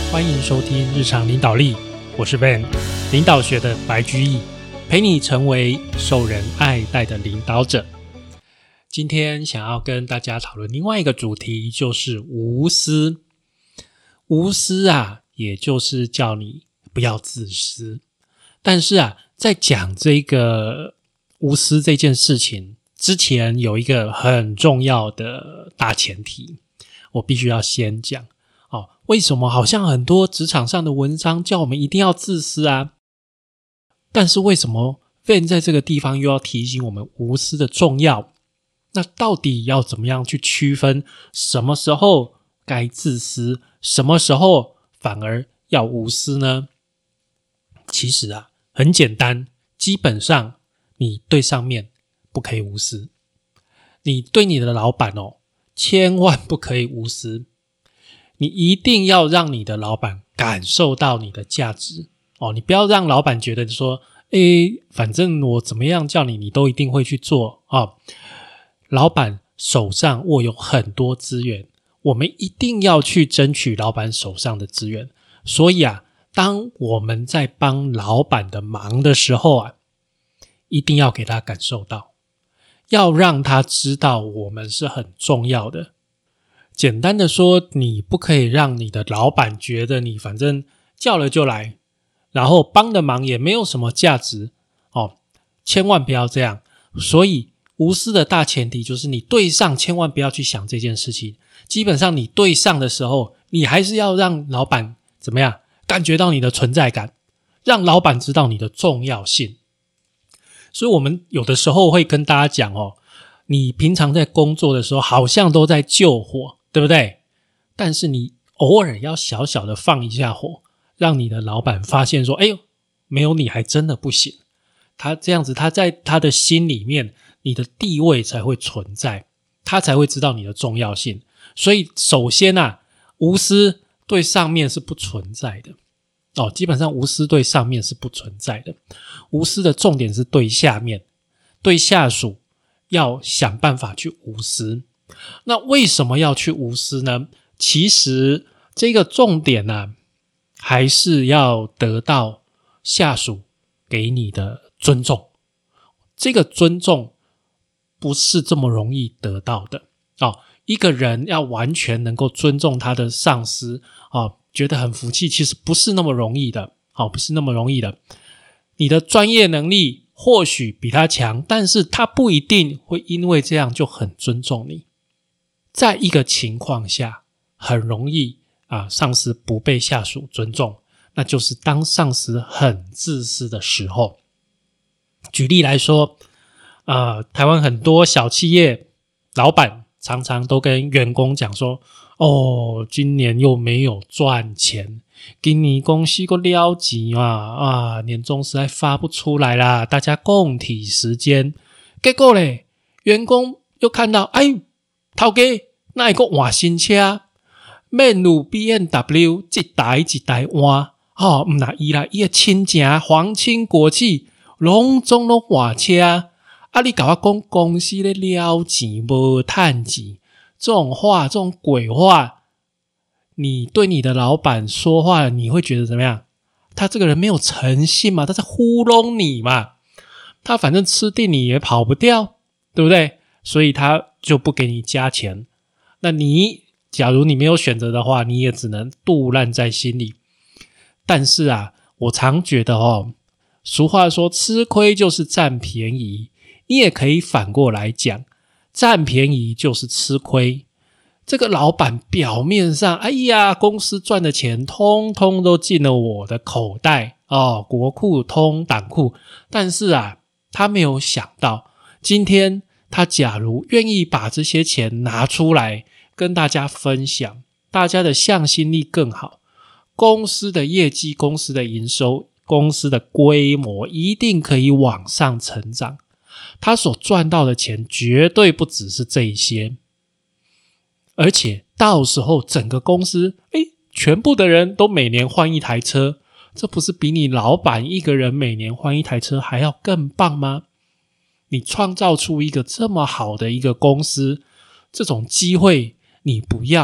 欢迎收听日常领导力，我是 Ben， 领导学的白居易，陪你成为受人爱戴的领导者。今天想要跟大家讨论另外一个主题，就是无私。无私啊，也就是叫你不要自私。但是啊，在讲这个无私这件事情之前，有一个很重要的大前提，我必须要先讲。为什么好像很多职场上的文章叫我们一定要自私啊？但是为什么 Van 在这个地方又要提醒我们无私的重要？那到底要怎么样去区分什么时候该自私，什么时候反而要无私呢？其实啊，很简单，基本上你对上面不可以无私，你对你的老板千万不可以无私。你一定要让你的老板感受到你的价值你不要让老板觉得说反正我怎么样叫你都一定会去做老板手上握有很多资源，我们一定要去争取老板手上的资源。所以啊，当我们在帮老板的忙的时候啊，一定要给他感受到，要让他知道我们是很重要的。简单的说，你不可以让你的老板觉得你反正叫了就来，然后帮的忙也没有什么价值千万不要这样。所以无私的大前提就是你对上千万不要去想这件事情。基本上你对上的时候，你还是要让老板怎么样感觉到你的存在感，让老板知道你的重要性。所以我们有的时候会跟大家讲你平常在工作的时候好像都在救火，对不对？但是你偶尔要小小的放一下火，让你的老板发现说没有你还真的不行。他这样子，他在他的心里面，你的地位才会存在，他才会知道你的重要性。所以首先啊，无私对上面是不存在的基本上无私对上面是不存在的。无私的重点是对下面，对下属要想办法去无私。那为什么要去无私呢？其实这个重点呢，还是要得到下属给你的尊重。这个尊重不是这么容易得到的一个人要完全能够尊重他的上司觉得很服气，其实不是那么容易的不是那么容易的。你的专业能力或许比他强，但是他不一定会因为这样就很尊重你。在一个情况下很容易上司不被下属尊重，那就是当上司很自私的时候。举例来说台湾很多小企业老板常常都跟员工讲说今年又没有赚钱，今年公司还了钱年终实在发不出来啦，大家共体时间。结果咧，员工又看到头家哪会还换新车，面如 BMW 一台一台换不啦伊啦，伊的亲情皇亲国戚拢总都换车你跟我讲公司咧了钱没赚钱，这种话，这种鬼话，你对你的老板说话，你会觉得怎么样？他这个人没有诚信嘛，他在糊弄你嘛，他反正吃定你也跑不掉，对不对？所以他就不给你加钱。那你假如你没有选择的话，你也只能肚烂在心里。但是我常觉得俗话说吃亏就是占便宜，你也可以反过来讲，占便宜就是吃亏。这个老板表面上公司赚的钱通通都进了我的口袋国库通党库，但是他没有想到今天他假如愿意把这些钱拿出来跟大家分享，大家的向心力更好，公司的业绩，公司的营收，公司的规模一定可以往上成长。他所赚到的钱绝对不只是这一些，而且到时候整个公司全部的人都每年换一台车，这不是比你老板一个人每年换一台车还要更棒吗？你创造出一个这么好的一个公司，这种机会你不要，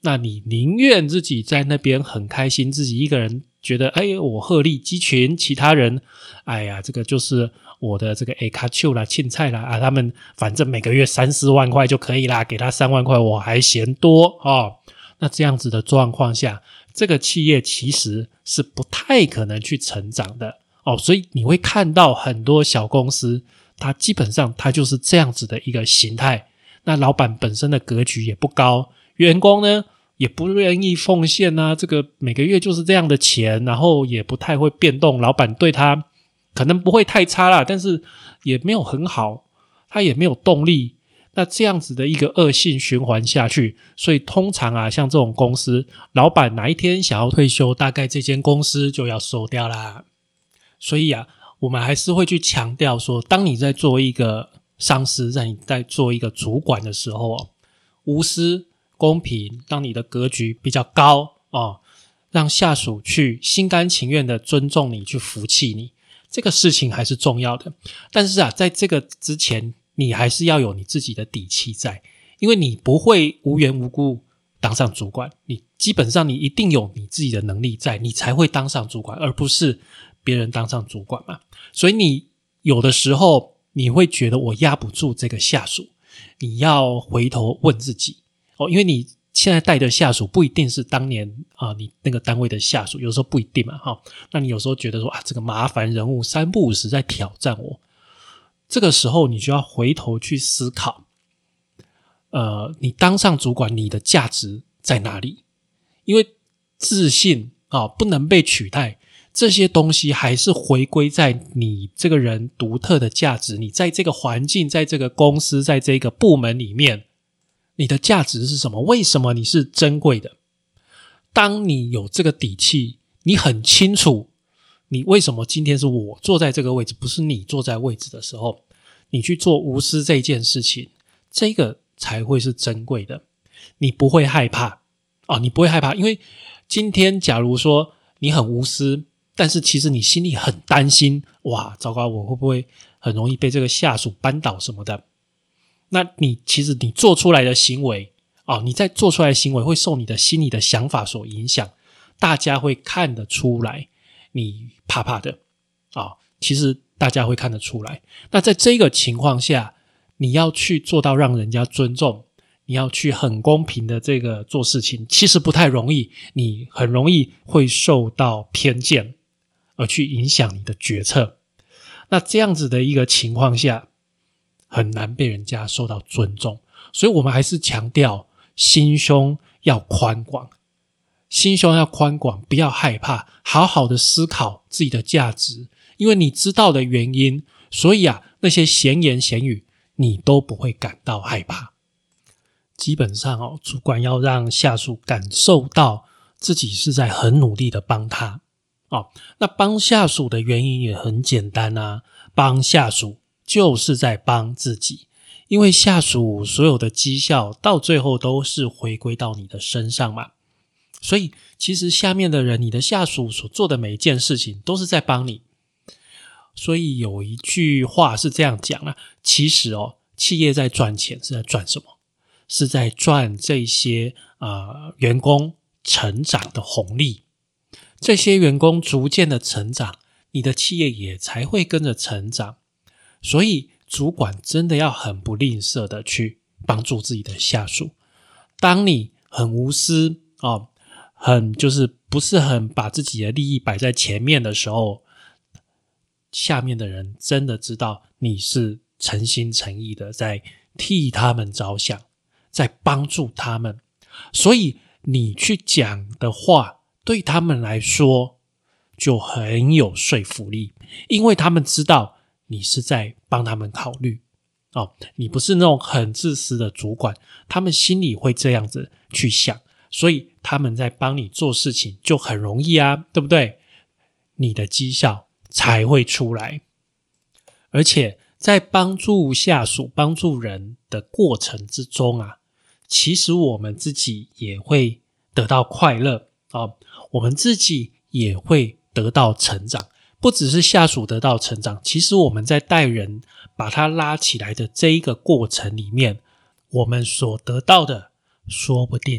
那你宁愿自己在那边很开心，自己一个人觉得我鹤立鸡群，其他人这个就是我的这个卡丘啦青菜啦他们反正每个月3-4万块就可以啦，给他3万块我还嫌多那这样子的状况下，这个企业其实是不太可能去成长的所以你会看到很多小公司它基本上它就是这样子的一个形态，那老板本身的格局也不高，员工呢也不愿意奉献这个每个月就是这样的钱，然后也不太会变动，老板对他可能不会太差啦，但是也没有很好，他也没有动力，那这样子的一个恶性循环下去，所以通常像这种公司，老板哪一天想要退休，大概这间公司就要收掉啦。所以我们还是会去强调说，当你在做一个上司，在你在做一个主管的时候无私公平，让你的格局比较高让下属去心甘情愿的尊重你，去服气你，这个事情还是重要的。但是在这个之前，你还是要有你自己的底气在，因为你不会无缘无故当上主管，你基本上你一定有你自己的能力在，你才会当上主管，而不是别人当上主管嘛。所以你有的时候你会觉得我压不住这个下属，你要回头问自己因为你现在带的下属不一定是当年你那个单位的下属，有时候不一定嘛那你有时候觉得说这个麻烦人物3不5时在挑战我，这个时候你就要回头去思考你当上主管你的价值在哪里？因为自信不能被取代，这些东西还是回归在你这个人独特的价值，你在这个环境，在这个公司，在这个部门里面，你的价值是什么？为什么你是珍贵的？当你有这个底气，你很清楚你为什么今天是我坐在这个位置，不是你坐在位置的时候，你去做无私这件事情，这个才会是珍贵的。你不会害怕你不会害怕，因为今天假如说你很无私，但是其实你心里很担心，哇，糟糕，我会不会很容易被这个下属扳倒什么的，那其实你做出来的行为你在做出来的行为会受你的心里的想法所影响，大家会看得出来你怕怕的其实大家会看得出来。那在这个情况下，你要去做到让人家尊重，你要去很公平的这个做事情，其实不太容易，你很容易会受到偏见而去影响你的决策。那这样子的一个情况下，很难被人家受到尊重。所以我们还是强调心胸要宽广，心胸要宽广，不要害怕，好好的思考自己的价值，因为你知道的原因，所以那些闲言闲语你都不会感到害怕。基本上主管要让下属感受到自己是在很努力的帮他那帮下属的原因也很简单帮下属就是在帮自己，因为下属所有的绩效到最后都是回归到你的身上嘛，所以其实下面的人，你的下属所做的每一件事情都是在帮你。所以有一句话是这样讲其实企业在赚钱是在赚什么？是在赚这些员工成长的红利，这些员工逐渐的成长，你的企业也才会跟着成长。所以主管真的要很不吝啬的去帮助自己的下属。当你很无私就是不是很把自己的利益摆在前面的时候，下面的人真的知道你是诚心诚意的在替他们着想，在帮助他们，所以你去讲的话对他们来说就很有说服力，因为他们知道你是在帮他们考虑你不是那种很自私的主管，他们心里会这样子去想，所以他们在帮你做事情就很容易对不对？你的绩效才会出来。而且在帮助下属帮助人的过程之中其实我们自己也会得到快乐我们自己也会得到成长。不只是下属得到成长，其实我们在带人把他拉起来的这一个过程里面，我们所得到的说不定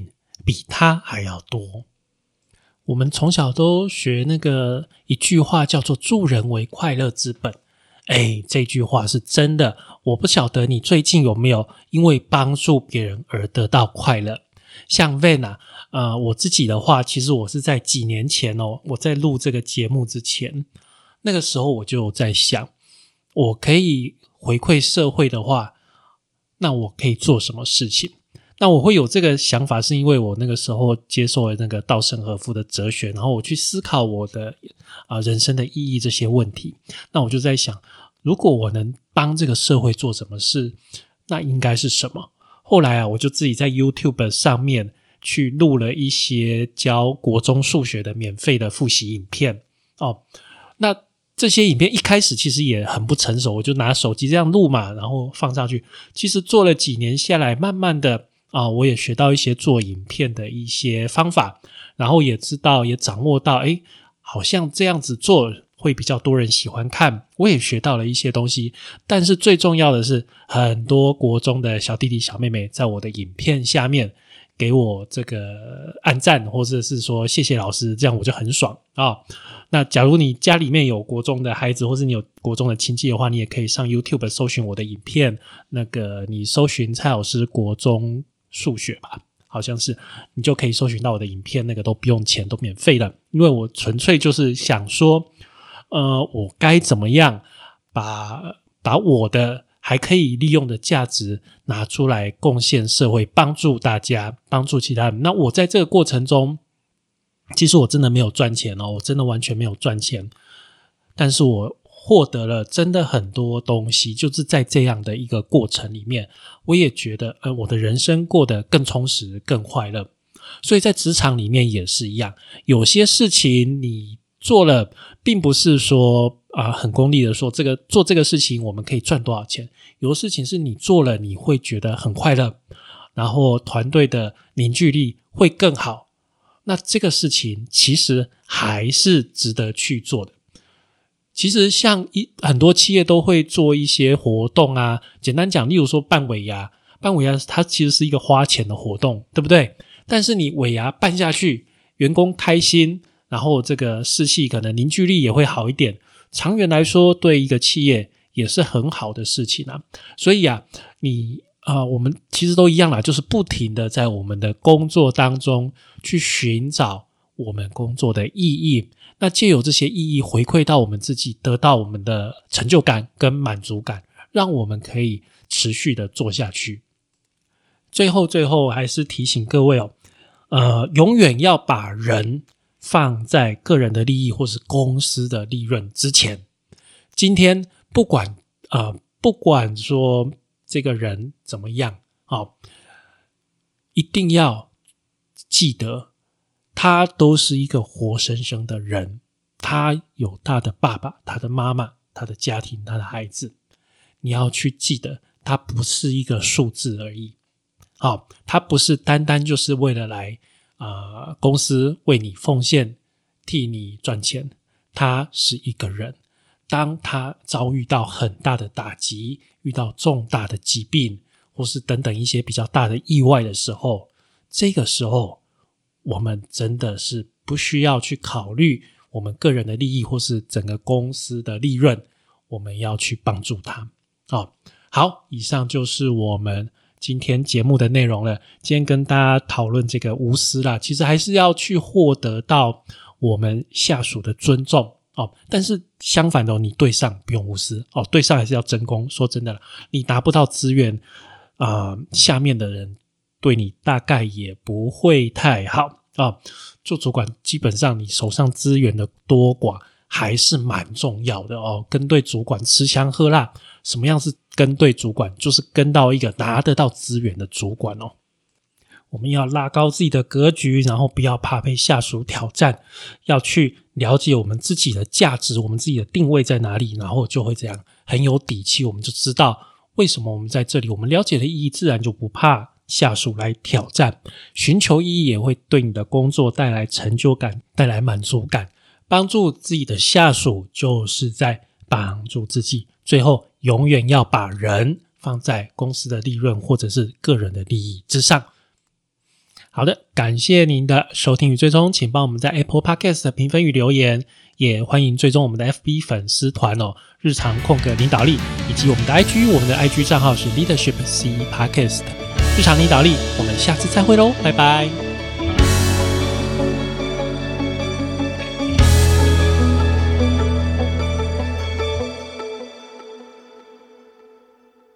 比他还要多。我们从小都学那个一句话叫做助人为快乐之本。这句话是真的。我不晓得你最近有没有因为帮助别人而得到快乐。像 Van 我自己的话，其实我是在几年前我在录这个节目之前，那个时候我就在想，我可以回馈社会的话，那我可以做什么事情？那我会有这个想法，是因为我那个时候接受了那个稻盛和夫的哲学，然后我去思考我的人生的意义这些问题。那我就在想，如果我能帮这个社会做什么事，那应该是什么？后来我就自己在 YouTube 上面去录了一些教国中数学的免费的复习影片那这些影片一开始其实也很不成熟，我就拿手机这样录嘛，然后放上去。其实做了几年下来，慢慢的我也学到一些做影片的一些方法，然后也知道也掌握到好像这样子做会比较多人喜欢看，我也学到了一些东西。但是最重要的是，很多国中的小弟弟小妹妹在我的影片下面给我这个按赞，或者是说谢谢老师，这样我就很爽那假如你家里面有国中的孩子，或是你有国中的亲戚的话，你也可以上 YouTube 搜寻我的影片，那个你搜寻蔡老师国中数学吧，好像是，你就可以搜寻到我的影片，那个都不用钱，都免费的。因为我纯粹就是想说我该怎么样把我的还可以利用的价值拿出来贡献社会，帮助大家，帮助其他人。那我在这个过程中，其实我真的没有赚钱我真的完全没有赚钱，但是我获得了真的很多东西，就是在这样的一个过程里面，我也觉得我的人生过得更充实更快乐。所以在职场里面也是一样，有些事情你做了，并不是说很功利的说做这个事情我们可以赚多少钱，有的事情是你做了你会觉得很快乐，然后团队的凝聚力会更好，那这个事情其实还是值得去做的。其实像很多企业都会做一些活动简单讲，例如说办尾牙它其实是一个花钱的活动，对不对？但是你尾牙办下去，员工开心，然后这个士气可能凝聚力也会好一点，长远来说对一个企业也是很好的事情所以我们其实都一样啦，就是不停的在我们的工作当中去寻找我们工作的意义，那藉由这些意义回馈到我们自己，得到我们的成就感跟满足感，让我们可以持续的做下去。最后还是提醒各位永远要把人放在个人的利益或是公司的利润之前。今天不管说这个人怎么样一定要记得他都是一个活生生的人，他有他的爸爸，他的妈妈，他的家庭，他的孩子，你要去记得他不是一个数字而已他不是单单就是为了来公司为你奉献替你赚钱，他是一个人，当他遭遇到很大的打击，遇到重大的疾病，或是等等一些比较大的意外的时候，这个时候我们真的是不需要去考虑我们个人的利益或是整个公司的利润，我们要去帮助他好，以上就是我们今天节目的内容了。今天跟大家讨论这个无私啦，其实还是要去获得到我们下属的尊重但是相反的你对上不用无私对上还是要真功。说真的啦，你拿不到资源下面的人对你大概也不会太好做主管基本上你手上资源的多寡还是蛮重要的跟对主管吃香喝辣。什么样是跟对主管？就是跟到一个拿得到资源的主管我们要拉高自己的格局，然后不要怕被下属挑战，要去了解我们自己的价值，我们自己的定位在哪里，然后就会这样很有底气，我们就知道为什么我们在这里，我们了解的意义，自然就不怕下属来挑战。寻求意义也会对你的工作带来成就感，带来满足感。帮助自己的下属就是在帮助自己。最后永远要把人放在公司的利润或者是个人的利益之上。 好的，感谢您的收听与追踪，请帮我们在 Apple Podcast 评分与留言，也欢迎追踪我们的 FB 粉丝团日常领导力，以及我们的 IG， 我们的 IG 账号是 Leadership C Podcast， 日常领导力，我们下次再会咯，拜拜。